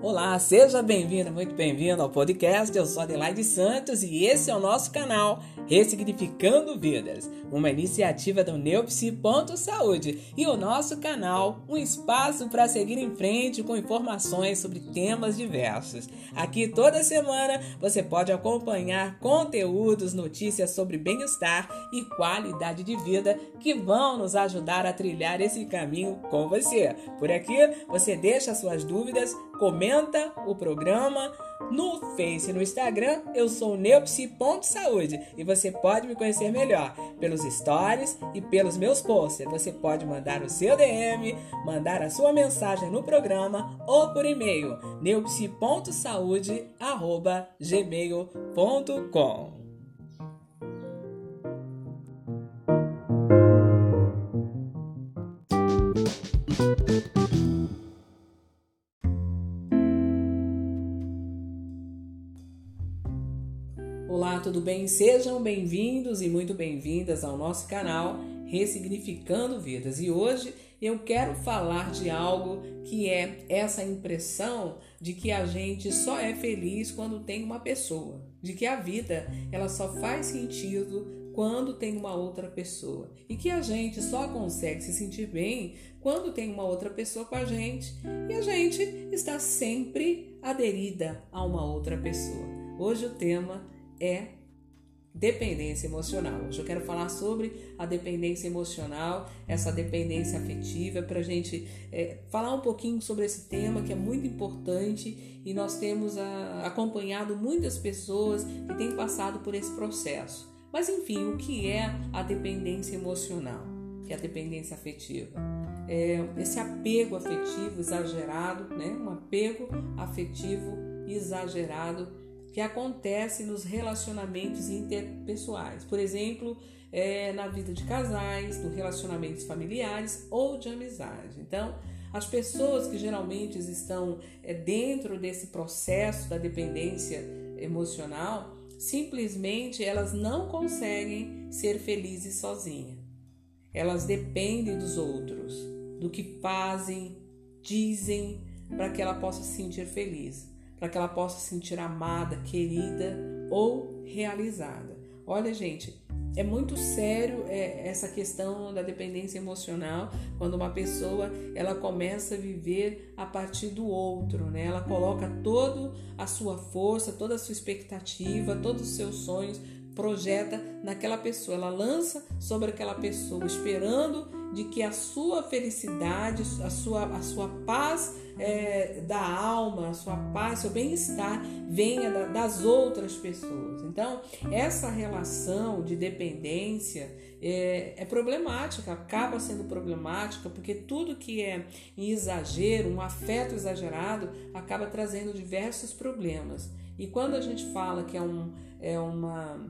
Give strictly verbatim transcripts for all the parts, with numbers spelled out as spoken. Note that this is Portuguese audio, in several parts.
Olá, seja bem-vindo, muito bem-vindo ao podcast. Eu sou Adelaide Santos e esse é o nosso canal Ressignificando Vidas, uma iniciativa do Neopsi.saúde e o nosso canal, um espaço para seguir em frente com informações sobre temas diversos. Aqui toda semana você pode acompanhar conteúdos, notícias sobre bem-estar e qualidade de vida que vão nos ajudar a trilhar esse caminho com você. Por aqui você deixa suas dúvidas, comenta o programa no Face e no Instagram. Eu sou o Neopsi.saúde e você pode me conhecer melhor pelos stories e pelos meus posts. Você pode mandar o seu D M, mandar a sua mensagem no programa ou por e-mail neopsi.saúde arroba gmail ponto com. Olá, tudo bem? Sejam bem-vindos e muito bem-vindas ao nosso canal Ressignificando Vidas. E hoje eu quero falar de algo que é essa impressão de que a gente só é feliz quando tem uma pessoa, de que a vida ela só faz sentido quando tem uma outra pessoa e que a gente só consegue se sentir bem quando tem uma outra pessoa com a gente e a gente está sempre aderida a uma outra pessoa. Hoje o tema é dependência emocional. Hoje eu quero falar sobre a dependência emocional, essa dependência afetiva, para a gente é, falar um pouquinho sobre esse tema que é muito importante e nós temos a, acompanhado muitas pessoas que têm passado por esse processo. Mas enfim, o que é a dependência emocional? Que é a dependência afetiva? É esse apego afetivo exagerado, né? Um apego afetivo exagerado que acontece nos relacionamentos interpessoais, por exemplo, é, na vida de casais, nos relacionamentos familiares ou de amizade. Então, as pessoas que geralmente estão é, dentro desse processo da dependência emocional, simplesmente elas não conseguem ser felizes sozinhas. Elas dependem dos outros, do que fazem, dizem, para que ela possa se sentir feliz, para que ela possa se sentir amada, querida ou realizada. Olha, gente, é muito sério é, essa questão da dependência emocional quando uma pessoa ela começa a viver a partir do outro, né? Ela coloca toda a sua força, toda a sua expectativa, todos os seus sonhos, projeta naquela pessoa, ela lança sobre aquela pessoa, esperando de que a sua felicidade, a sua, a sua paz é, da alma, a sua paz, seu bem-estar venha da, das outras pessoas. Então, essa relação de dependência é, é problemática, acaba sendo problemática, porque tudo que é em exagero, um afeto exagerado, acaba trazendo diversos problemas. E quando a gente fala que é, um, é uma...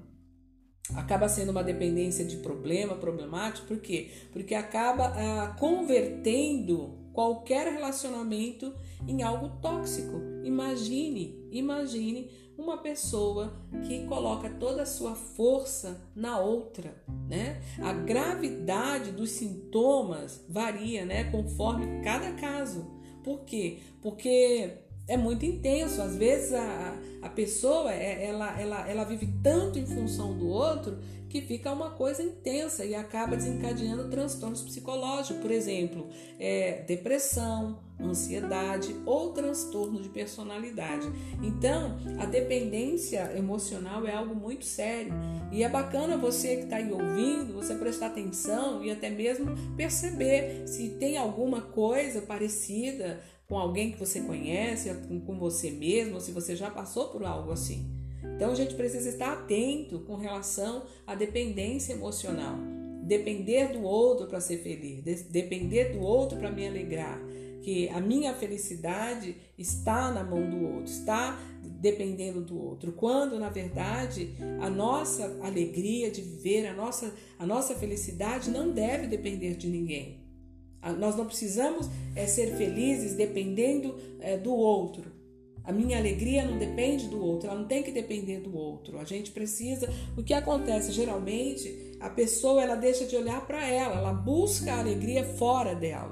acaba sendo uma dependência de problema, problemático, por quê? Porque acaba ah, convertendo qualquer relacionamento em algo tóxico. Imagine, imagine uma pessoa que coloca toda a sua força na outra, né? A gravidade dos sintomas varia, né, conforme cada caso. Por quê? Porque é muito intenso. Às vezes a, a pessoa ela, ela, ela vive tanto em função do outro que fica uma coisa intensa e acaba desencadeando transtornos psicológicos, por exemplo, é, depressão, ansiedade ou transtorno de personalidade. Então, a dependência emocional é algo muito sério e é bacana você que está aí ouvindo, você prestar atenção e até mesmo perceber se tem alguma coisa parecida com alguém que você conhece, com você mesmo, ou se você já passou por algo assim. Então a gente precisa estar atento com relação à dependência emocional. Depender do outro para ser feliz, depender do outro para me alegrar. Que a minha felicidade está na mão do outro, está dependendo do outro. Quando, na verdade, a nossa alegria de viver, a nossa, a nossa felicidade não deve depender de ninguém. Nós não precisamos é, ser felizes dependendo é, do outro. A minha alegria não depende do outro, ela não tem que depender do outro. A gente precisa... O que acontece? Geralmente, a pessoa ela deixa de olhar para ela, ela busca a alegria fora dela.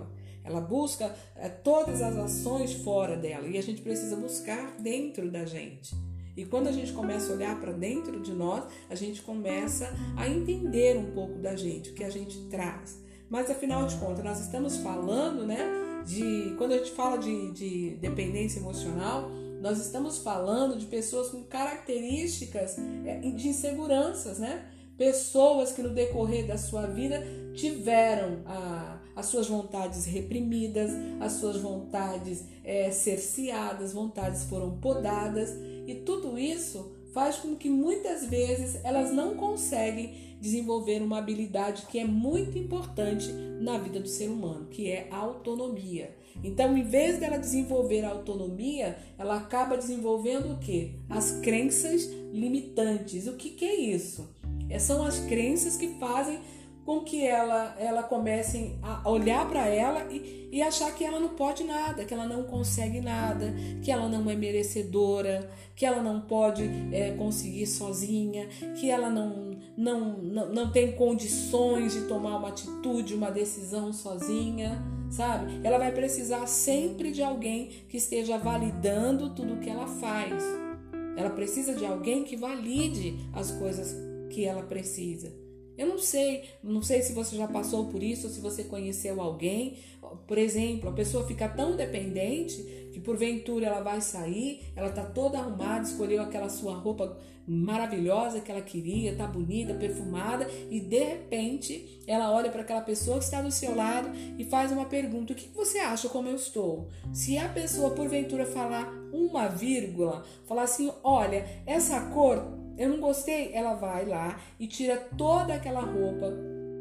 ela busca é, todas as ações fora dela, e a gente precisa buscar dentro da gente. E quando a gente começa a olhar para dentro de nós, a gente começa a entender um pouco da gente, o que a gente traz. Mas afinal de contas, nós estamos falando, né, de, quando a gente fala de, de dependência emocional, nós estamos falando de pessoas com características de inseguranças, né? Pessoas que no decorrer da sua vida tiveram a, as suas vontades reprimidas, as suas vontades é, cerceadas, vontades foram podadas, e tudo isso faz com que muitas vezes elas não conseguem desenvolver uma habilidade que é muito importante na vida do ser humano, que é a autonomia. Então, em vez dela desenvolver a autonomia, ela acaba desenvolvendo o quê? As crenças limitantes. O que, que é isso? São as crenças que fazem com que ela, ela comece a olhar para ela e, e achar que ela não pode nada, que ela não consegue nada, que ela não é merecedora, que ela não pode é, conseguir sozinha, que ela não, não, não, não tem condições de tomar uma atitude, uma decisão sozinha, sabe? Ela vai precisar sempre de alguém que esteja validando tudo o que ela faz. Ela precisa de alguém que valide as coisas que ela precisa. Eu não sei, não sei se você já passou por isso, ou se você conheceu alguém. Por exemplo, a pessoa fica tão dependente que porventura ela vai sair, ela tá toda arrumada, escolheu aquela sua roupa maravilhosa que ela queria, tá bonita, perfumada, e de repente ela olha para aquela pessoa que está do seu lado e faz uma pergunta: o que você acha como eu estou? Se a pessoa porventura falar uma vírgula, falar assim: olha, essa cor eu não gostei, ela vai lá e tira toda aquela roupa,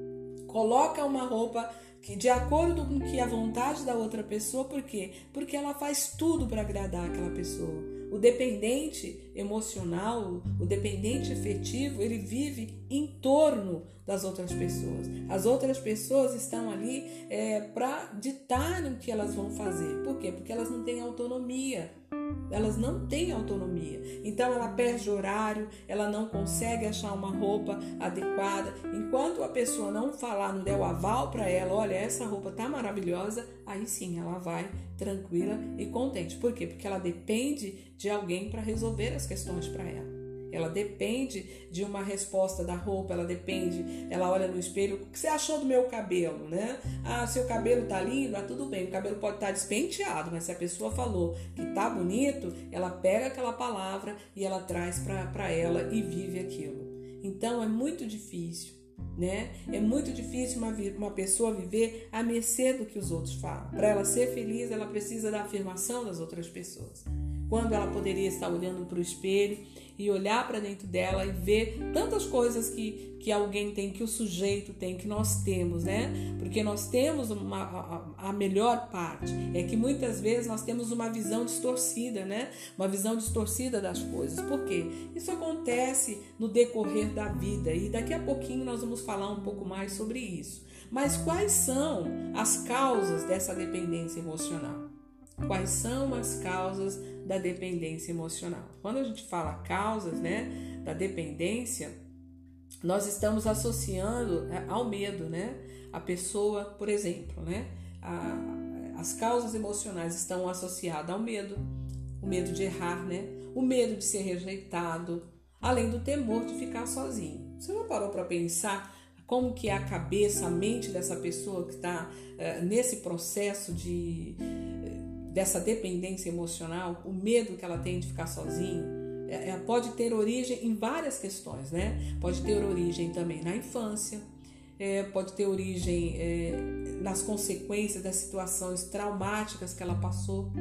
coloca uma roupa que de acordo com que a vontade da outra pessoa. Por quê? Porque ela faz tudo para agradar aquela pessoa. O dependente emocional, o dependente afetivo, ele vive em torno das outras pessoas. As outras pessoas estão ali é, para ditar o que elas vão fazer. Por quê? Porque elas não têm autonomia. Elas não têm autonomia. Então ela perde horário, ela não consegue achar uma roupa adequada. Enquanto a pessoa não falar, não der o aval para ela: olha, essa roupa tá maravilhosa, aí sim ela vai tranquila e contente. Por quê? Porque ela depende de alguém para resolver as questões para ela. Ela depende de uma resposta da roupa, ela depende, ela olha no espelho: o que você achou do meu cabelo, né? Ah, seu cabelo tá lindo, ah, tudo bem, o cabelo pode estar despenteado, mas se a pessoa falou que tá bonito, ela pega aquela palavra e ela traz para ela e vive aquilo. Então é muito difícil, né? É muito difícil uma, uma pessoa viver à mercê do que os outros falam. Para ela ser feliz, ela precisa da afirmação das outras pessoas. Quando ela poderia estar olhando para o espelho e olhar para dentro dela e ver tantas coisas que, que alguém tem, que o sujeito tem, que nós temos, né? Porque nós temos uma, a, a melhor parte, é que muitas vezes nós temos uma visão distorcida, né? Uma visão distorcida das coisas. Por quê? Isso acontece no decorrer da vida e daqui a pouquinho nós vamos falar um pouco mais sobre isso. Mas quais são as causas dessa dependência emocional? Quais são as causas da dependência emocional? Quando a gente fala causas, né, da dependência, nós estamos associando ao medo, né? A pessoa, por exemplo, né, a, as causas emocionais estão associadas ao medo, o medo de errar, né? O medo de ser rejeitado, além do temor de ficar sozinho. Você já parou para pensar como que é a cabeça, a mente dessa pessoa que está uh, nesse processo de dessa dependência emocional, o medo que ela tem de ficar sozinho? É, pode ter origem em várias questões, né? Pode ter origem também na infância, é, pode ter origem é, nas consequências das situações traumáticas que ela passou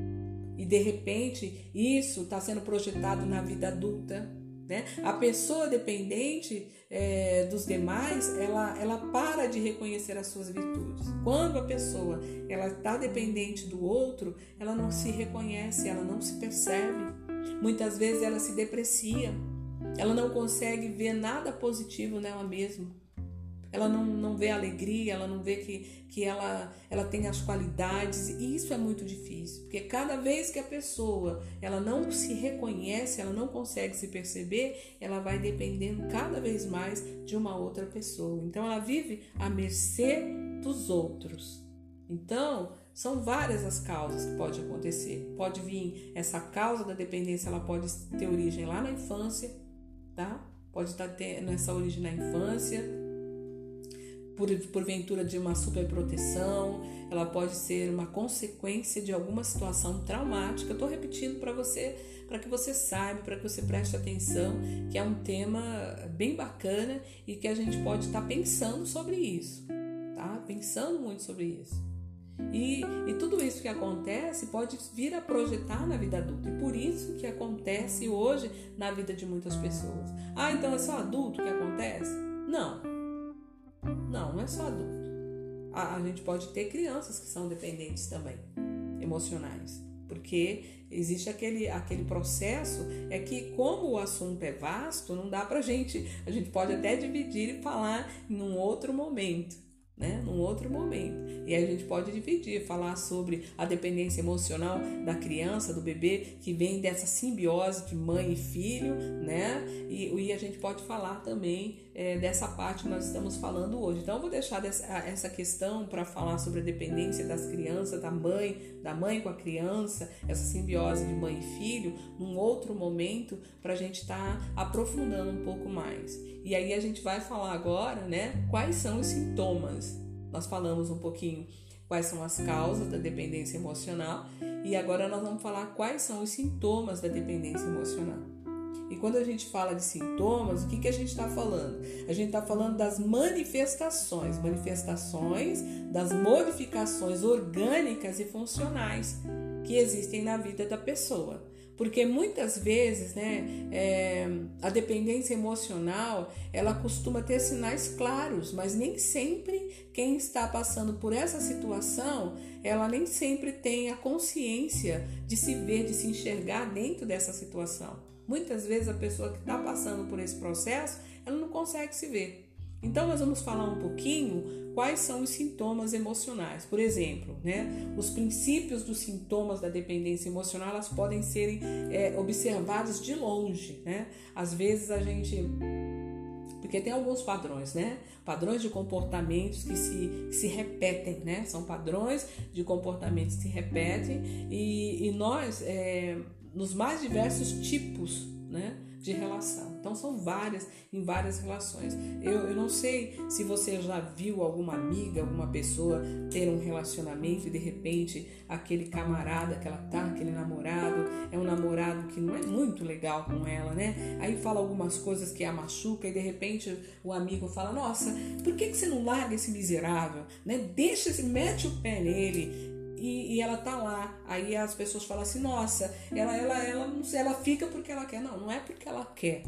e de repente isso está sendo projetado na vida adulta, né? A pessoa dependente é, dos demais, ela, ela para de reconhecer as suas virtudes. Quando a pessoa ela está dependente do outro, ela não se reconhece, ela não se percebe. Muitas vezes ela se deprecia, ela não consegue ver nada positivo nela mesma. Ela não, não vê alegria, ela não vê que, que ela, ela tem as qualidades, e isso é muito difícil, porque cada vez que a pessoa ela não se reconhece, ela não consegue se perceber, ela vai dependendo cada vez mais de uma outra pessoa. Então ela vive à mercê dos outros. Então, são várias as causas que pode acontecer. Pode vir essa causa da dependência, ela pode ter origem lá na infância, tá? Pode estar tendo essa origem na infância, por porventura de uma superproteção, ela pode ser uma consequência de alguma situação traumática. Eu estou repetindo para você, para que você saiba, para que você preste atenção, que é um tema bem bacana e que a gente pode estar pensando sobre isso, tá? Pensando muito sobre isso. E, e tudo isso que acontece pode vir a projetar na vida adulta. E por isso que acontece hoje na vida de muitas pessoas. Ah, então é só adulto que acontece? Não. Não, não é só adulto. A, a gente pode ter crianças que são dependentes também, emocionais. Porque existe aquele, aquele processo, é que como o assunto é vasto, não dá pra gente, a gente pode até dividir e falar em um outro momento. Né? Num outro momento. E aí a gente pode dividir, falar sobre a dependência emocional da criança, do bebê, que vem dessa simbiose de mãe e filho, né? E, e a gente pode falar também é, dessa parte que nós estamos falando hoje. Então eu vou deixar dessa, essa questão para falar sobre a dependência das crianças, da mãe, da mãe com a criança, essa simbiose de mãe e filho, num outro momento, para a gente estar tá aprofundando um pouco mais. E aí a gente vai falar agora, né, quais são os sintomas. Nós falamos um pouquinho quais são as causas da dependência emocional e agora nós vamos falar quais são os sintomas da dependência emocional. E quando a gente fala de sintomas, o que, que a gente está falando? A gente está falando das manifestações, manifestações das modificações orgânicas e funcionais que existem na vida da pessoa. Porque muitas vezes, né, é, a dependência emocional, ela costuma ter sinais claros, mas nem sempre quem está passando por essa situação, ela nem sempre tem a consciência de se ver, de se enxergar dentro dessa situação. Muitas vezes a pessoa que está passando por esse processo, ela não consegue se ver. Então nós vamos falar um pouquinho quais são os sintomas emocionais. Por exemplo, né, os princípios dos sintomas da dependência emocional, elas podem ser é, observados de longe, né? Às vezes a gente... Porque tem alguns padrões, né? Padrões de comportamentos que se, que se repetem, né? São padrões de comportamentos que se repetem e, e nós, é, nos mais diversos tipos, né, de relação. Então são várias, em várias relações. Eu, eu não sei se você já viu alguma amiga, alguma pessoa ter um relacionamento e de repente aquele camarada que ela tá, aquele namorado, é um namorado que não é muito legal com ela, né? Aí fala algumas coisas que a machuca e de repente o amigo fala, nossa, por que, que você não larga esse miserável? Né? Deixa, mete o pé nele. E, e ela tá lá, aí as pessoas falam assim, nossa, ela, ela, ela, não sei, ela fica porque ela quer. Não, não é porque ela quer.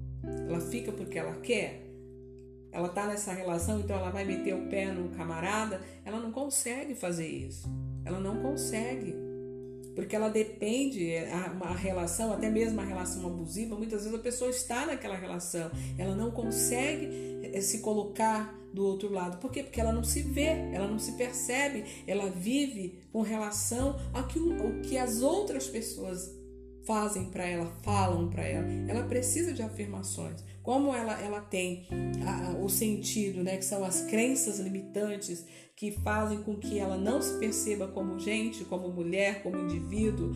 Ela fica porque ela quer. Ela tá nessa relação, então ela vai meter o pé no camarada. Ela não consegue fazer isso. Ela não consegue. Porque ela depende, a, a relação, até mesmo a relação abusiva, muitas vezes a pessoa está naquela relação. Ela não consegue se colocar do outro lado. Por quê? Porque ela não se vê, ela não se percebe, ela vive com relação ao que, ao que as outras pessoas fazem para ela, falam para ela. Ela precisa de afirmações. Como ela, ela tem a, o sentido, né, que são as crenças limitantes que fazem com que ela não se perceba como gente, como mulher, como indivíduo.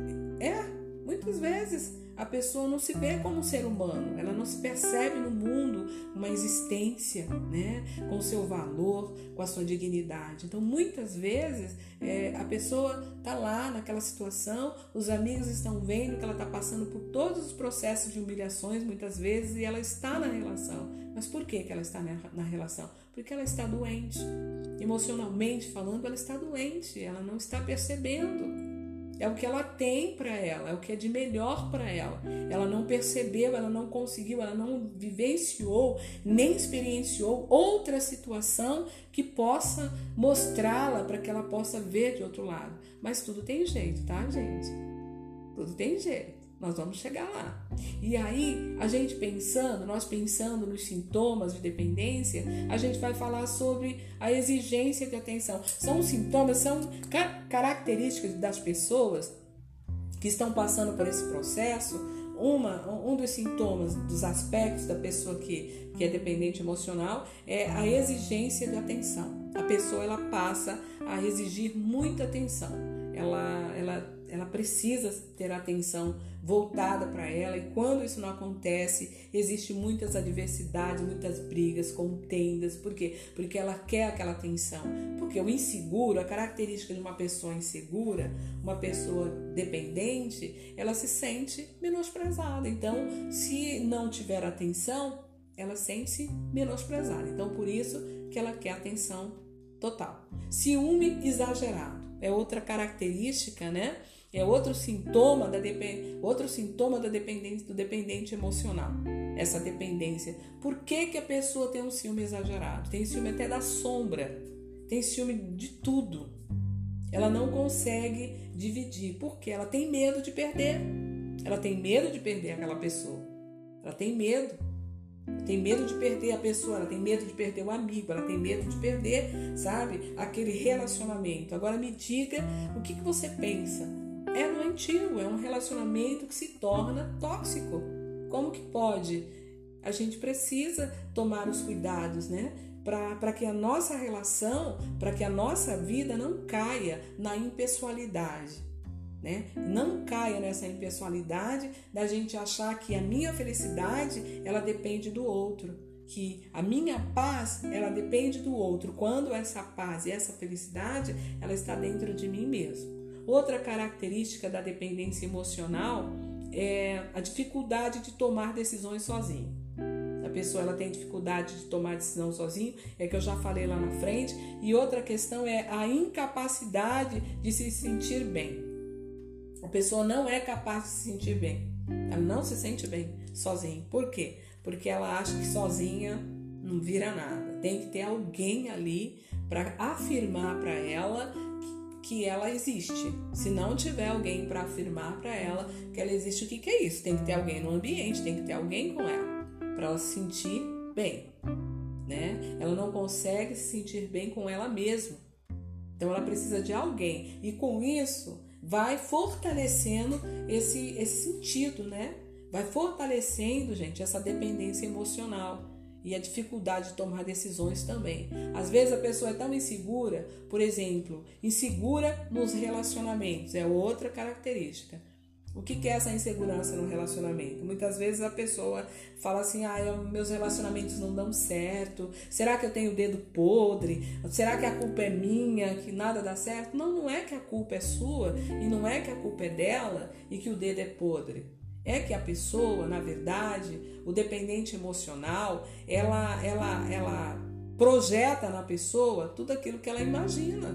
É, muitas vezes a pessoa não se vê como um ser humano, ela não se percebe no mundo uma existência, né, com o seu valor, com a sua dignidade. Então, muitas vezes, é, a pessoa está lá naquela situação, os amigos estão vendo que ela está passando por todos os processos de humilhações, muitas vezes, e ela está na relação. Mas por que que ela está na, na relação? Porque ela está doente. Emocionalmente falando, ela está doente, ela não está percebendo. É o que ela tem para ela, é o que é de melhor para ela. Ela não percebeu, ela não conseguiu, ela não vivenciou, nem experienciou outra situação que possa mostrá-la para que ela possa ver de outro lado. Mas tudo tem jeito, tá, gente? Tudo tem jeito. Nós vamos chegar lá. E aí, a gente pensando, nós pensando nos sintomas de dependência, a gente vai falar sobre a exigência de atenção. São sintomas, são características das pessoas que estão passando por esse processo. Uma, um dos sintomas, dos aspectos da pessoa que, que é dependente emocional é a exigência de atenção. a pessoa ela passa a exigir muita atenção. Ela, ela, ela precisa ter atenção voltada para ela, e quando isso não acontece, existe muitas adversidades, muitas brigas, contendas. Por quê? Porque ela quer aquela atenção. Porque o inseguro, a característica de uma pessoa insegura, uma pessoa dependente, ela se sente menosprezada. Então, se não tiver atenção, ela sente-se menosprezada. Então, por isso que ela quer atenção total. Ciúme exagerado é outra característica, né? É outro sintoma da depend... outro sintoma da dependência, do dependente emocional. Essa dependência. Por que que a pessoa tem um ciúme exagerado? Tem ciúme até da sombra. Tem ciúme de tudo. Ela não consegue dividir. Porque ela tem medo de perder. Ela tem medo de perder aquela pessoa. Ela tem medo. Tem medo de perder a pessoa, ela tem medo de perder o amigo, ela tem medo de perder, sabe, aquele relacionamento. Agora me diga o que, que você pensa. É doentio, é um relacionamento que se torna tóxico. Como que pode? A gente precisa tomar os cuidados, né? Para que a nossa relação, para que a nossa vida não caia na impessoalidade. Né? Não caia nessa impessoalidade da gente achar que a minha felicidade ela depende do outro, que a minha paz ela depende do outro, quando essa paz e essa felicidade ela está dentro de mim mesmo. Outra característica da dependência emocional é a dificuldade de tomar decisões sozinho. A pessoa ela tem dificuldade de tomar decisão sozinho, é que eu já falei lá na frente. E outra questão é a incapacidade de se sentir bem. A pessoa não é capaz de se sentir bem. Ela não se sente bem sozinha. Por quê? Porque ela acha que sozinha não vira nada. Tem que ter alguém ali para afirmar para ela que ela existe. Se não tiver alguém para afirmar para ela que ela existe, o que, que é isso? Tem que ter alguém no ambiente, tem que ter alguém com ela para ela se sentir bem, né? Ela não consegue se sentir bem com ela mesma. Então ela precisa de alguém. E com isso vai fortalecendo esse, esse sentido, né? Vai fortalecendo, gente, essa dependência emocional e a dificuldade de tomar decisões também. Às vezes a pessoa é tão insegura, por exemplo, insegura nos relacionamentos, é outra característica. O que é essa insegurança no relacionamento? Muitas vezes a pessoa fala assim, ah, meus relacionamentos não dão certo, será que eu tenho o dedo podre? Será que a culpa é minha, que nada dá certo? Não, não é que a culpa é sua e não é que a culpa é dela e que o dedo é podre. É que a pessoa, na verdade, o dependente emocional, ela, ela, ela projeta na pessoa tudo aquilo que ela imagina.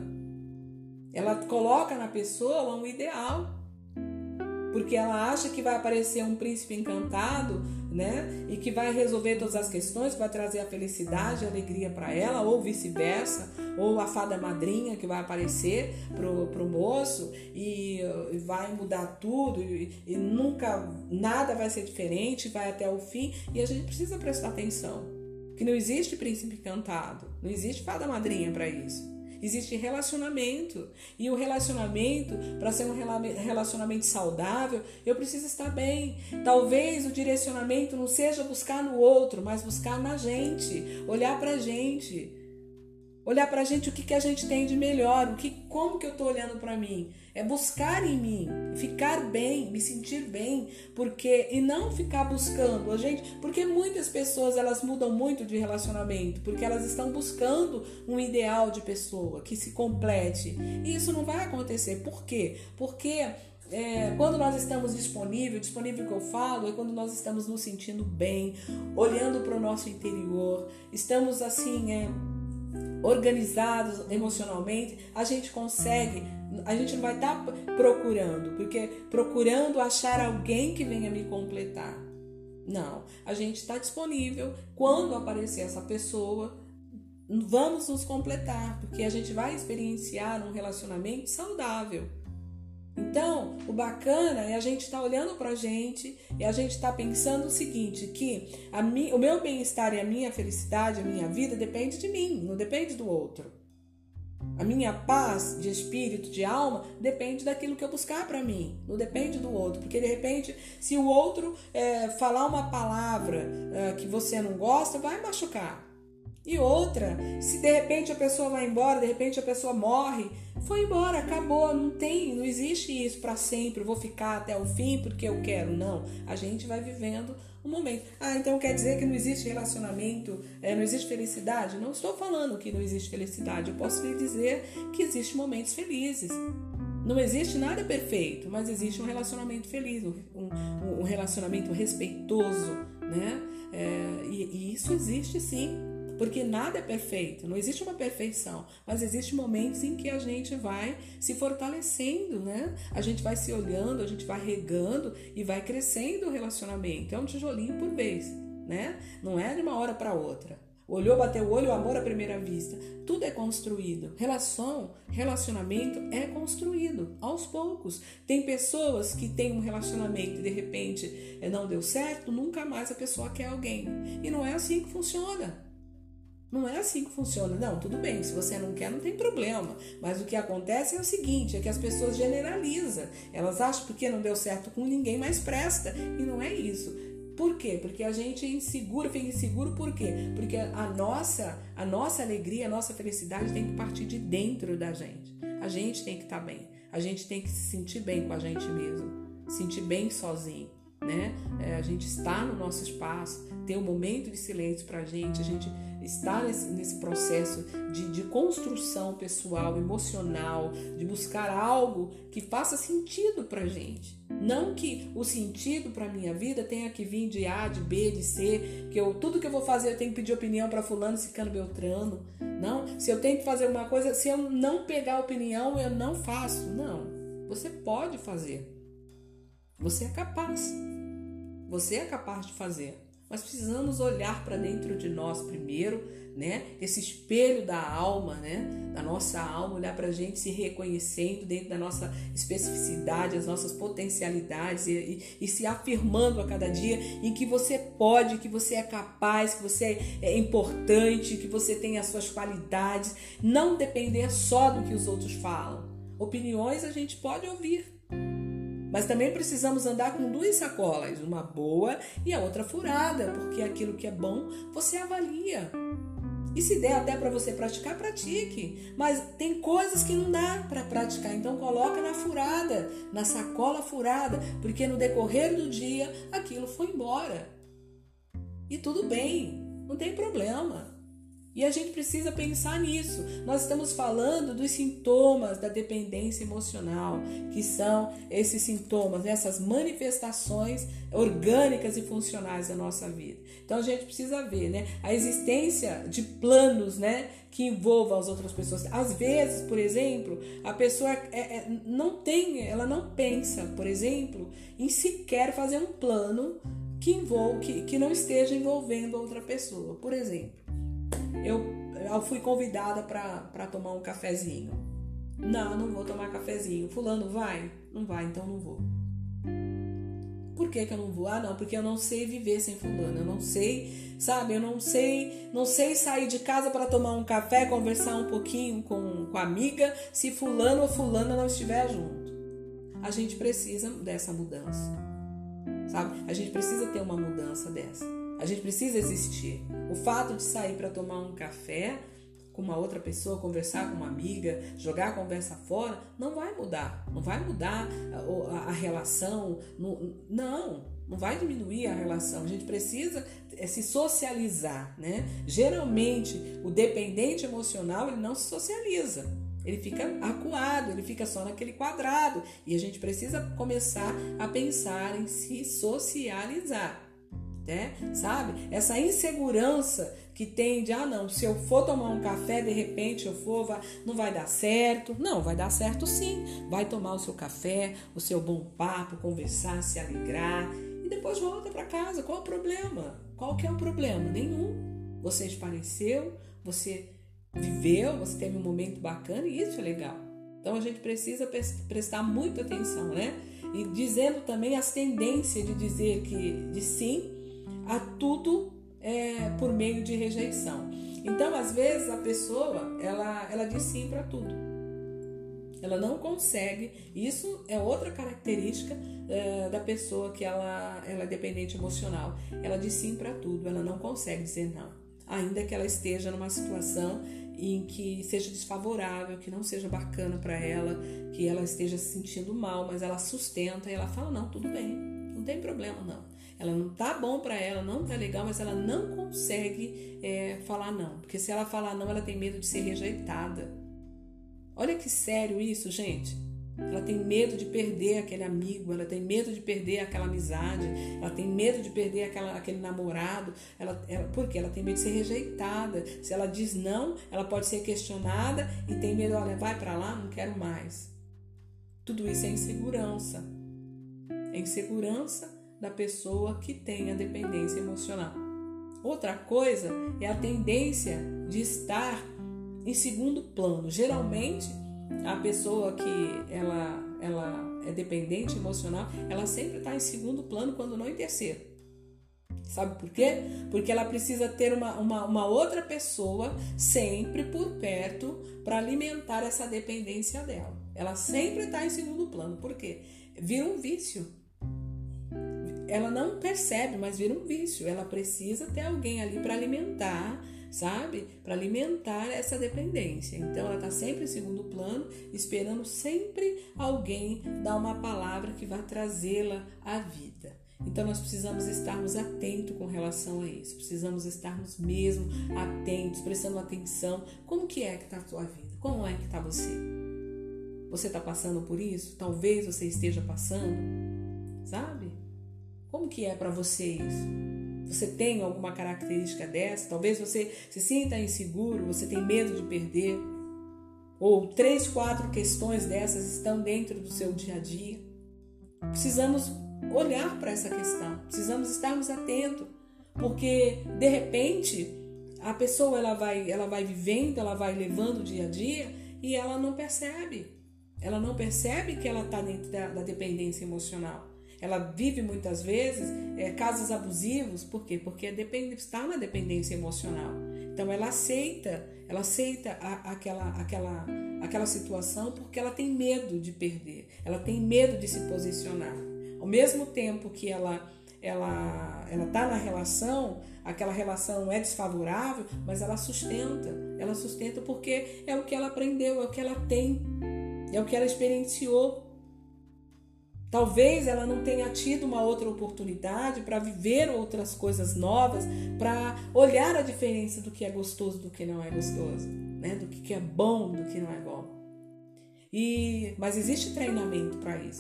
Ela coloca na pessoa um ideal. Porque ela acha que vai aparecer um príncipe encantado, né? E que vai resolver todas as questões, que vai trazer a felicidade, a alegria para ela, ou vice-versa, ou a fada madrinha que vai aparecer pro, pro moço e, e vai mudar tudo e, e nunca nada vai ser diferente, vai até o fim. E a gente precisa prestar atenção, que não existe príncipe encantado, não existe fada madrinha para isso. Existe relacionamento, e o relacionamento, para ser um relacionamento saudável, eu preciso estar bem. Talvez o direcionamento não seja buscar no outro, mas buscar na gente, olhar para a gente, olhar para a gente o que, que a gente tem de melhor, o que, como que eu estou olhando para mim. É buscar em mim, ficar bem, me sentir bem, porque e não ficar buscando a gente, porque muitas pessoas elas mudam muito de relacionamento, porque elas estão buscando um ideal de pessoa que se complete, e isso não vai acontecer. Por quê? Porque é, quando nós estamos disponíveis, disponível que eu falo é quando nós estamos nos sentindo bem, olhando para o nosso interior, estamos assim é, organizados emocionalmente, a gente consegue. A gente não vai estar procurando, porque procurando achar alguém que venha me completar. Não, a gente está disponível. Quando aparecer essa pessoa, vamos nos completar, porque a gente vai experienciar um relacionamento saudável. Então, o bacana é a gente estar tá olhando para a gente e a gente estar tá pensando o seguinte, que a mi, o meu bem-estar e a minha felicidade, a minha vida depende de mim, não depende do outro. A minha paz de espírito, de alma, depende daquilo que eu buscar para mim, não depende do outro. Porque de repente, se o outro é, falar uma palavra é, que você não gosta, vai machucar. E outra, se de repente a pessoa vai embora, de repente a pessoa morre, foi embora, acabou, não tem, não existe isso para sempre, eu vou ficar até o fim porque eu quero, não. A gente vai vivendo um momento. Ah, então quer dizer que não existe relacionamento, é, não existe felicidade? Não estou falando que não existe felicidade, eu posso lhe dizer que existem momentos felizes. Não existe nada perfeito, mas existe um relacionamento feliz, um, um relacionamento respeitoso, né? É, e, e isso existe sim. Porque nada é perfeito, não existe uma perfeição, mas existem momentos em que a gente vai se fortalecendo, né? A gente vai se olhando, a gente vai regando e vai crescendo o relacionamento. É um tijolinho por vez, né? Não é de uma hora para outra. Olhou, bateu o olho, o amor à primeira vista. Tudo é construído. Relação, relacionamento é construído aos poucos. Tem pessoas que têm um relacionamento e de repente não deu certo, nunca mais a pessoa quer alguém. E não é assim que funciona. Não é assim que funciona. Não, tudo bem, se você não quer, não tem problema. Mas o que acontece é o seguinte, é que as pessoas generalizam. Elas acham que porque não deu certo com ninguém mais presta. E não é isso. Por quê? Porque a gente é inseguro, fica inseguro por quê? Porque a nossa, a nossa alegria, a nossa felicidade tem que partir de dentro da gente. A gente tem que estar bem. A gente tem que se sentir bem com a gente mesmo. Sentir bem sozinho, né? É, a gente está no nosso espaço, ter um momento de silêncio pra gente, a gente está nesse, nesse processo de, de construção pessoal, emocional, de buscar algo que faça sentido pra gente. Não que o sentido pra minha vida tenha que vir de A, de B, de C, que eu, tudo que eu vou fazer eu tenho que pedir opinião pra fulano, ciclano, beltrano. Não, se eu tenho que fazer uma coisa, se eu não pegar opinião, eu não faço. Não, você pode fazer. Você é capaz. Você é capaz de fazer. Mas precisamos olhar para dentro de nós primeiro, né? Esse espelho da alma, né? Da nossa alma, olhar para a gente se reconhecendo dentro da nossa especificidade, as nossas potencialidades e, e, e se afirmando a cada dia em que você pode, que você é capaz, que você é importante, que você tem as suas qualidades. Não depender só do que os outros falam. Opiniões a gente pode ouvir. Mas também precisamos andar com duas sacolas, uma boa e a outra furada, porque aquilo que é bom você avalia. E se der até para você praticar, pratique. Mas tem coisas que não dá para praticar, então coloca na furada, na sacola furada, porque no decorrer do dia aquilo foi embora. E tudo bem, não tem problema. E a gente precisa pensar nisso. Nós estamos falando dos sintomas da dependência emocional, que são esses sintomas, essas manifestações orgânicas e funcionais da nossa vida. Então a gente precisa ver, né, a existência de planos, né, que envolvam as outras pessoas. Às vezes, por exemplo, a pessoa é, é, não tem, ela não pensa, por exemplo, em sequer fazer um plano que, envolva, que, que não esteja envolvendo outra pessoa. Por exemplo, Eu, eu fui convidada para tomar um cafezinho. Não, não vou tomar cafezinho. Fulano vai? Não vai, então não vou. Por que que eu não vou? Ah, não, porque eu não sei viver sem fulano. Eu não sei, sabe? Eu não sei, não sei sair de casa para tomar um café, conversar um pouquinho com, com a amiga, se fulano ou fulana não estiver junto. A gente precisa dessa mudança, sabe? A gente precisa ter uma mudança dessa. A gente precisa existir. O fato de sair para tomar um café com uma outra pessoa, conversar com uma amiga, jogar a conversa fora, não vai mudar. Não vai mudar a, a, a relação. Não, não vai diminuir a relação. A gente precisa se socializar, né? Geralmente, o dependente emocional, ele não se socializa. Ele fica acuado, ele fica só naquele quadrado. E a gente precisa começar a pensar em se socializar. Né? Sabe? Essa insegurança que tem de, ah não, se eu for tomar um café, de repente eu for, vai, não vai dar certo. Não, vai dar certo sim. Vai tomar o seu café, o seu bom papo, conversar, se alegrar e depois volta para casa. Qual o problema? Qual que é o problema? Nenhum. Você espareceu, você viveu, você teve um momento bacana e isso é legal. Então a gente precisa prestar muita atenção, né? E dizendo também as tendências de dizer que de sim a tudo é, por meio de rejeição. Então, às vezes, a pessoa, ela, ela diz sim para tudo. Ela não consegue, isso é outra característica é, da pessoa que ela, ela é dependente emocional. Ela diz sim para tudo, ela não consegue dizer não. ainda que ela esteja numa situação em que seja desfavorável, que não seja bacana para ela, que ela esteja se sentindo mal, mas ela sustenta e ela fala, não, tudo bem, não tem problema não. Ela não tá bom para ela, não tá legal, mas ela não consegue é, falar não, porque se ela falar não, ela tem medo de ser rejeitada. Olha que sério isso, gente. Ela tem medo de perder aquele amigo, ela tem medo de perder aquela amizade, ela tem medo de perder aquela, aquele namorado, ela, ela, porque ela tem medo de ser rejeitada. Se ela diz não, ela pode ser questionada e tem medo, olha, vai para lá, não quero mais. Tudo isso é insegurança. É insegurança da pessoa que tem a dependência emocional. Outra coisa é a tendência de estar em segundo plano. Geralmente, a pessoa que ela, ela é dependente emocional, ela sempre está em segundo plano, quando não em terceiro. Sabe por quê? Porque ela precisa ter uma, uma, uma outra pessoa sempre por perto para alimentar essa dependência dela. Ela sempre está em segundo plano. Por quê? Vira um vício. Ela não percebe, mas vira um vício. Ela precisa ter alguém ali para alimentar, sabe? Para alimentar essa dependência. Então, ela está sempre em segundo plano, esperando sempre alguém dar uma palavra que vai trazê-la à vida. Então, nós precisamos estarmos atentos com relação a isso. Precisamos estarmos mesmo atentos, prestando atenção. Como que é que está a sua vida? Como é que está você? Você está passando por isso? Talvez você esteja passando, sabe? Como que é para você isso? Você tem alguma característica dessa? Talvez você se sinta inseguro, você tem medo de perder. Ou três, quatro questões dessas estão dentro do seu dia a dia. Precisamos olhar para essa questão. Precisamos estarmos atentos. Porque, de repente, a pessoa ela vai, ela vai vivendo, ela vai levando o dia a dia e ela não percebe. Ela não percebe que ela está dentro da, da dependência emocional. Ela vive muitas vezes é, casos abusivos, por quê? Porque depende, está na dependência emocional. Então ela aceita, ela aceita a, aquela, aquela, aquela situação porque ela tem medo de perder, ela tem medo de se posicionar. Ao mesmo tempo que ela ela ela está na relação, aquela relação é desfavorável, mas ela sustenta, ela sustenta porque é o que ela aprendeu, é o que ela tem, é o que ela experienciou. Talvez ela não tenha tido uma outra oportunidade para viver outras coisas novas, para olhar a diferença do que é gostoso do que não é gostoso, né? Do que é bom do que não é bom. E, mas existe treinamento para isso.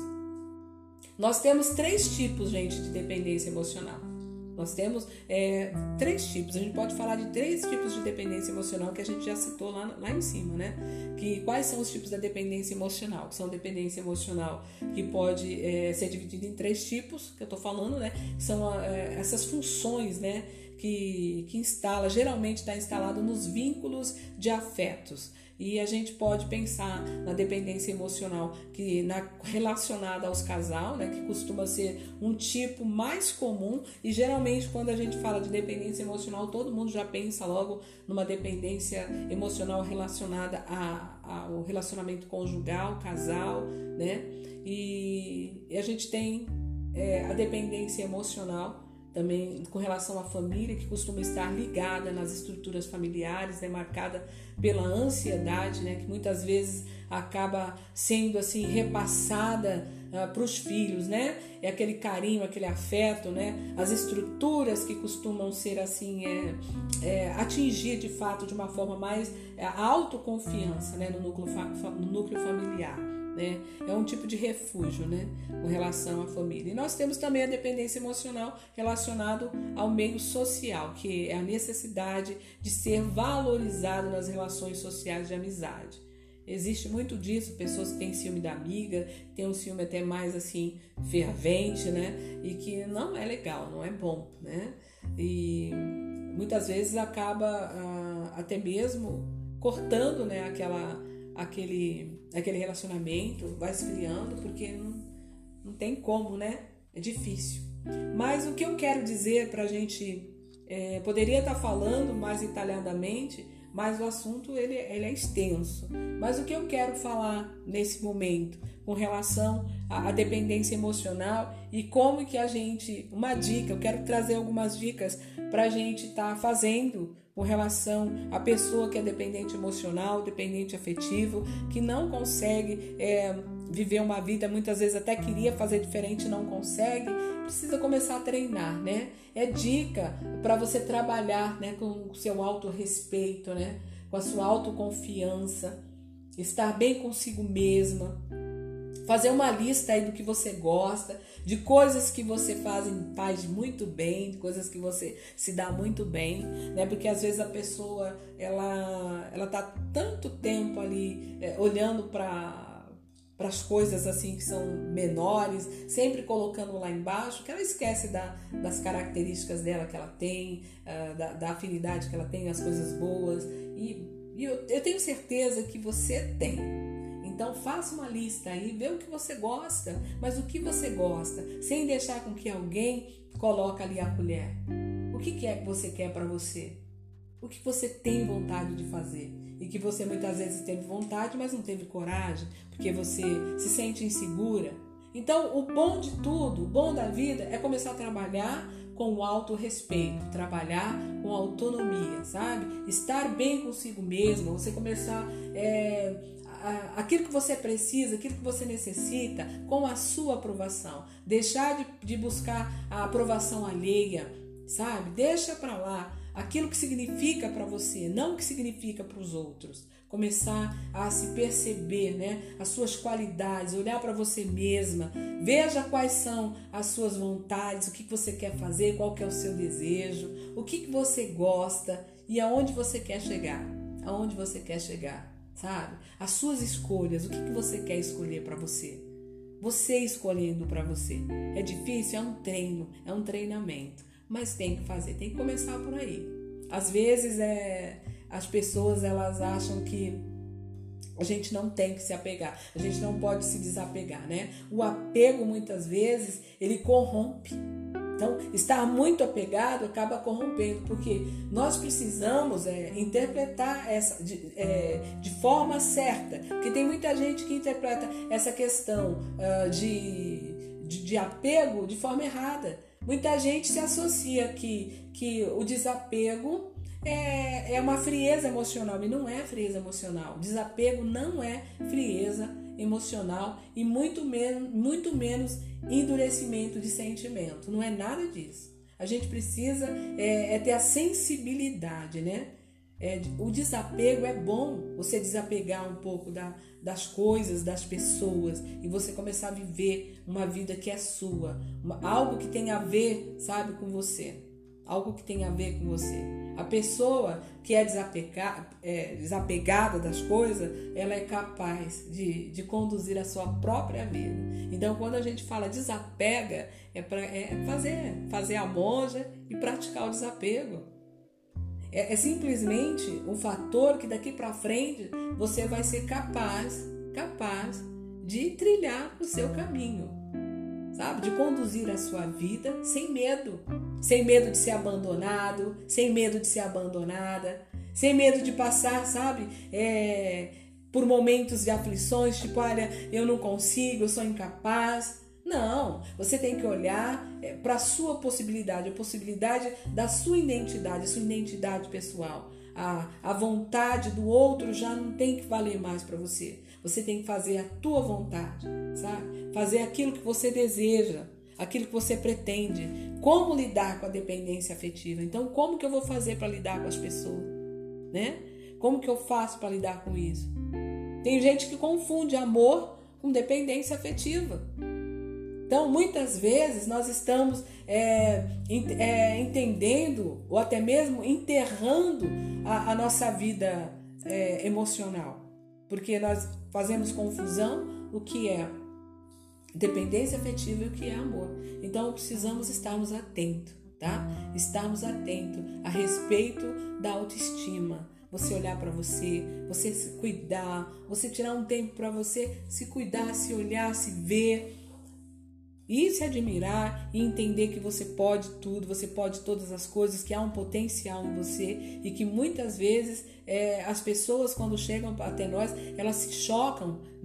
Nós temos três tipos, gente, de dependência emocional. Nós temos é, três tipos. A gente pode falar de três tipos de dependência emocional que a gente já citou lá, lá em cima, né? Que, quais são os tipos da dependência emocional? Que são dependência emocional que pode é, ser dividida em três tipos, que eu tô falando, né? São é, essas funções, né? Que, que instala, geralmente está instalado nos vínculos de afetos. E a gente pode pensar na dependência emocional que na, relacionada aos casal, né, que costuma ser um tipo mais comum. E geralmente quando a gente fala de dependência emocional, todo mundo já pensa logo numa dependência emocional relacionada a, a, ao relacionamento conjugal, casal, né? E, e a gente tem é, a dependência emocional também com relação à família, que costuma estar ligada nas estruturas familiares, né, marcada pela ansiedade, né, que muitas vezes acaba sendo assim repassada uh, para os filhos, né? É aquele carinho, aquele afeto, né? As estruturas que costumam ser assim é, é, atingir de fato de uma forma mais é, a autoconfiança, né, no núcleo, no núcleo familiar. Né? É um tipo de refúgio, né? Com relação à família. E nós temos também a dependência emocional relacionada ao meio social, que é a necessidade de ser valorizado nas relações sociais de amizade. Existe muito disso, pessoas que têm ciúme da amiga, têm um ciúme até mais assim fervente, né? E que não é legal, não é bom, né? E muitas vezes acaba ah, até mesmo cortando, né, aquela Aquele, aquele relacionamento, vai esfriando, porque não, não tem como, né? É difícil. Mas o que eu quero dizer para a gente, é, poderia estar falando mais detalhadamente, mas o assunto ele, ele é extenso. Mas o que eu quero falar nesse momento, com relação à, à dependência emocional e como que a gente, uma dica, eu quero trazer algumas dicas para a gente estar tá fazendo com relação à pessoa que é dependente emocional, dependente afetivo, que não consegue é, viver uma vida, muitas vezes até queria fazer diferente, não consegue, precisa começar a treinar, né? É dica para você trabalhar, né, com o seu autorrespeito, né, com a sua autoconfiança, estar bem consigo mesma, fazer uma lista aí do que você gosta, de coisas que você faz, faz muito bem, de coisas que você se dá muito bem, né? Porque às vezes a pessoa, ela, ela tá tanto tempo ali é, olhando para para as coisas assim que são menores, sempre colocando lá embaixo, que ela esquece da, das características dela que ela tem, uh, da, da afinidade que ela tem, as coisas boas, e, e eu, eu tenho certeza que você tem. Então faça uma lista aí, vê o que você gosta, mas o que você gosta, sem deixar com que alguém coloque ali a colher. O que, que é que você quer para você? O que você tem vontade de fazer? E que você muitas vezes teve vontade, mas não teve coragem, porque você se sente insegura. Então, o bom de tudo, o bom da vida é começar a trabalhar com o autorrespeito, trabalhar com autonomia, sabe? Estar bem consigo mesma, você começar é, a, aquilo que você precisa, aquilo que você necessita, com a sua aprovação. Deixar de, de buscar a aprovação alheia, sabe? Deixa pra lá aquilo que significa para você, não o que significa para os outros. Começar a se perceber, né? As suas qualidades, olhar para você mesma, veja quais são as suas vontades, o que você quer fazer, qual que é o seu desejo, o que você gosta e aonde você quer chegar, aonde você quer chegar, sabe? As suas escolhas, o que você quer escolher para você. Você escolhendo para você. É difícil? É um treino, é um treinamento. Mas tem que fazer, tem que começar por aí. Às vezes é, as pessoas elas acham que a gente não tem que se apegar, a gente não pode se desapegar, né? O apego muitas vezes ele corrompe. Então, estar muito apegado acaba corrompendo, porque nós precisamos é, interpretar essa de, é, de forma certa, porque tem muita gente que interpreta essa questão uh, de, de, de apego de forma errada. Muita gente se associa que, que o desapego é, é uma frieza emocional, e não é frieza emocional. Desapego não é frieza emocional e muito menos, muito menos endurecimento de sentimento. Não é nada disso. A gente precisa é, é ter a sensibilidade, né? É, o desapego é bom, você desapegar um pouco da, das coisas, das pessoas, e você começar a viver uma vida que é sua, uma, algo que tem a ver, sabe, com você, algo que tem a ver com você. A pessoa que é, desapega, é desapegada das coisas, ela é capaz de, de conduzir a sua própria vida. Então, quando a gente fala desapega, é, pra, é fazer, fazer a monja e praticar o desapego. É, é simplesmente um fator que daqui para frente você vai ser capaz, capaz de trilhar o seu caminho, sabe? De conduzir a sua vida sem medo, sem medo de ser abandonado, sem medo de ser abandonada, sem medo de passar, sabe? É, por momentos de aflições, tipo, olha, eu não consigo, eu sou incapaz. Não, você tem que olhar para a sua possibilidade, a possibilidade da sua identidade, a sua identidade pessoal. A, a vontade do outro já não tem que valer mais para você. Você tem que fazer a tua vontade, sabe? Fazer aquilo que você deseja, aquilo que você pretende. Como lidar com a dependência afetiva? Então, como que eu vou fazer para lidar com as pessoas? Né? Como que eu faço para lidar com isso? Tem gente que confunde amor com dependência afetiva. Então, muitas vezes, nós estamos é, é, entendendo ou até mesmo enterrando a, a nossa vida é, emocional. Porque nós fazemos confusão o que é dependência afetiva e o que é amor. Então, precisamos estarmos atentos, tá? Estarmos atentos a respeito da autoestima. Você olhar para você, você se cuidar, você tirar um tempo para você se cuidar, se olhar, se ver. E se admirar e entender que você pode tudo, você pode todas as coisas, que há um potencial em você e que muitas vezes é, as pessoas quando chegam até nós, elas se chocam,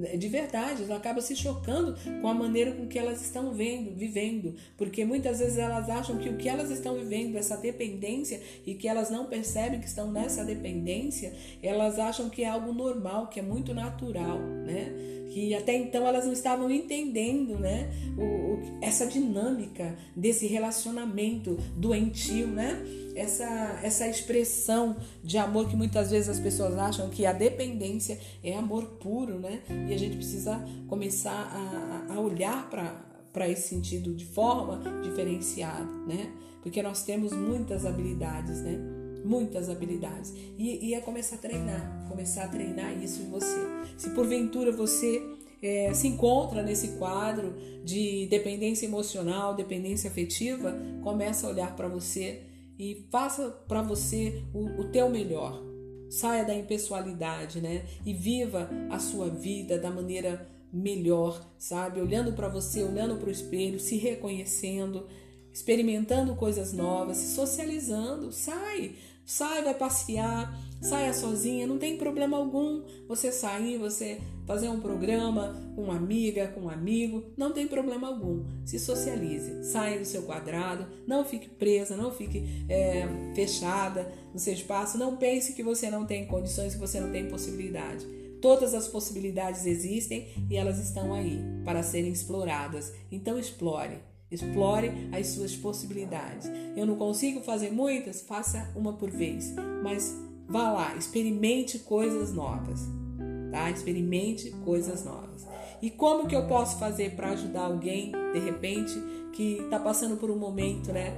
de verdade, elas acabam se chocando com a maneira com que elas estão vendo, vivendo, porque muitas vezes elas acham que o que elas estão vivendo, essa dependência, e que elas não percebem que estão nessa dependência, elas acham que é algo normal, que é muito natural, né? Que até então elas não estavam entendendo, né? O, o, essa dinâmica desse relacionamento doentio, né? Essa, essa expressão de amor que muitas vezes as pessoas acham que a dependência é amor puro, né? E a gente precisa começar a, a olhar para esse sentido de forma diferenciada, né? Porque nós temos muitas habilidades, né? Muitas habilidades. E, e é começar a treinar, começar a treinar isso em você. Se porventura você é, se encontra nesse quadro de dependência emocional, dependência afetiva, começa a olhar para você e faça para você o, o teu melhor. Saia da impessoalidade, né? E viva a sua vida da maneira melhor, sabe? Olhando para você, olhando para o espelho, se reconhecendo, experimentando coisas novas, se socializando. Sai, sai, vai passear, saia sozinha, não tem problema algum você sair, você fazer um programa com uma amiga, com um amigo, não tem problema algum. Se socialize, saia do seu quadrado, não fique presa, não fique é, fechada no seu espaço, não pense que você não tem condições, que você não tem possibilidade. Todas as possibilidades existem e elas estão aí para serem exploradas. Então explore. Explore as suas possibilidades. Eu não consigo fazer muitas, faça uma por vez. Mas vá lá, experimente coisas novas. Tá? Experimente coisas novas. E como que eu posso fazer para ajudar alguém, de repente, que está passando por um momento, né?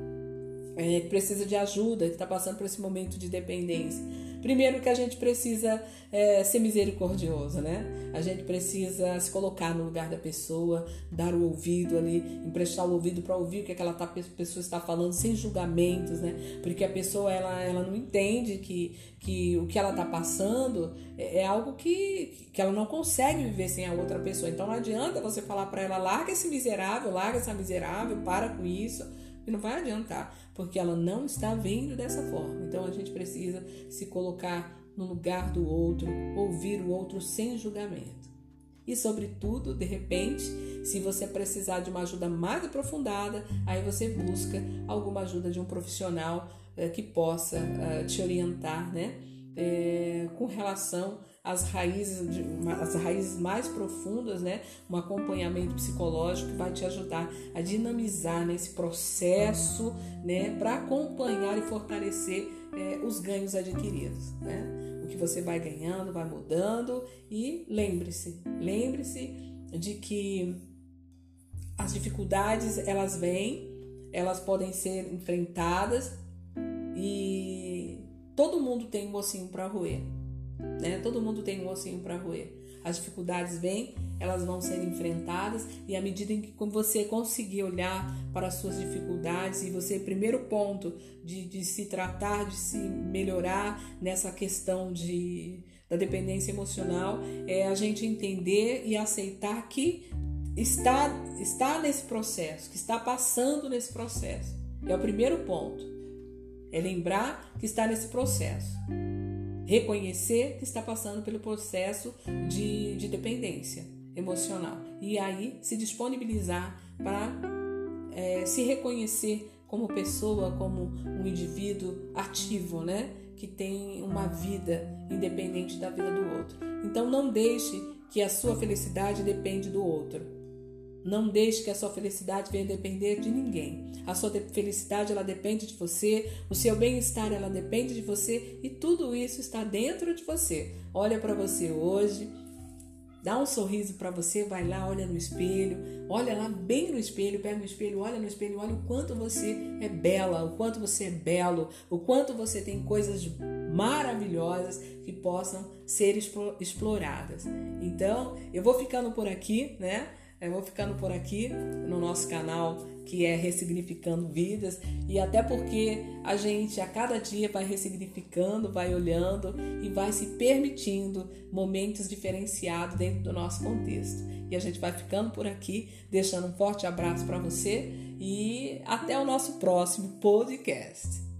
É, que precisa de ajuda, que está passando por esse momento de dependência? Primeiro que a gente precisa é, ser misericordioso, né? A gente precisa se colocar no lugar da pessoa, dar o ouvido ali, emprestar o ouvido para ouvir o que aquela pessoa está falando, sem julgamentos, né? Porque a pessoa ela, ela não entende que, que o que ela está passando é, é algo que, que ela não consegue viver sem a outra pessoa. Então não adianta você falar para ela, larga esse miserável, larga essa miserável, para com isso. E não vai adiantar, porque ela não está vendo dessa forma. Então a gente precisa se colocar no lugar do outro, ouvir o outro sem julgamento. E sobretudo, de repente, se você precisar de uma ajuda mais aprofundada, aí você busca alguma ajuda de um profissional eh, que possa eh, te orientar, né? É, com relação às raízes, as raízes mais profundas, né? Um acompanhamento psicológico que vai te ajudar a dinamizar nesse processo, né? Para acompanhar e fortalecer é, os ganhos adquiridos, né? O que você vai ganhando, vai mudando. E lembre-se, lembre-se de que as dificuldades elas vêm, elas podem ser enfrentadas e todo mundo tem um ossinho para roer, né? Todo mundo tem um ossinho para roer. As dificuldades vêm, elas vão ser enfrentadas e à medida em que você conseguir olhar para as suas dificuldades e você, primeiro ponto de, de se tratar, de se melhorar nessa questão de, da dependência emocional, é a gente entender e aceitar que está, está nesse processo, que está passando nesse processo. É o primeiro ponto. É lembrar que está nesse processo. Reconhecer que está passando pelo processo de, de dependência emocional. E aí se disponibilizar para é, se reconhecer como pessoa, como um indivíduo ativo, né? Que tem uma vida independente da vida do outro. Então não deixe que a sua felicidade depende do outro. Não deixe que a sua felicidade venha depender de ninguém. A sua felicidade ela depende de você, o seu bem-estar ela depende de você e tudo isso está dentro de você. Olha para você hoje, dá um sorriso para você, vai lá, olha no espelho, olha lá bem no espelho, pega o espelho, olha no espelho, olha o quanto você é bela, o quanto você é belo, o quanto você tem coisas maravilhosas que possam ser exploradas. Então, eu vou ficando por aqui, né? Eu vou ficando por aqui no nosso canal que é Ressignificando Vidas e até porque a gente a cada dia vai ressignificando, vai olhando e vai se permitindo momentos diferenciados dentro do nosso contexto. E a gente vai ficando por aqui, deixando um forte abraço para você e até o nosso próximo podcast.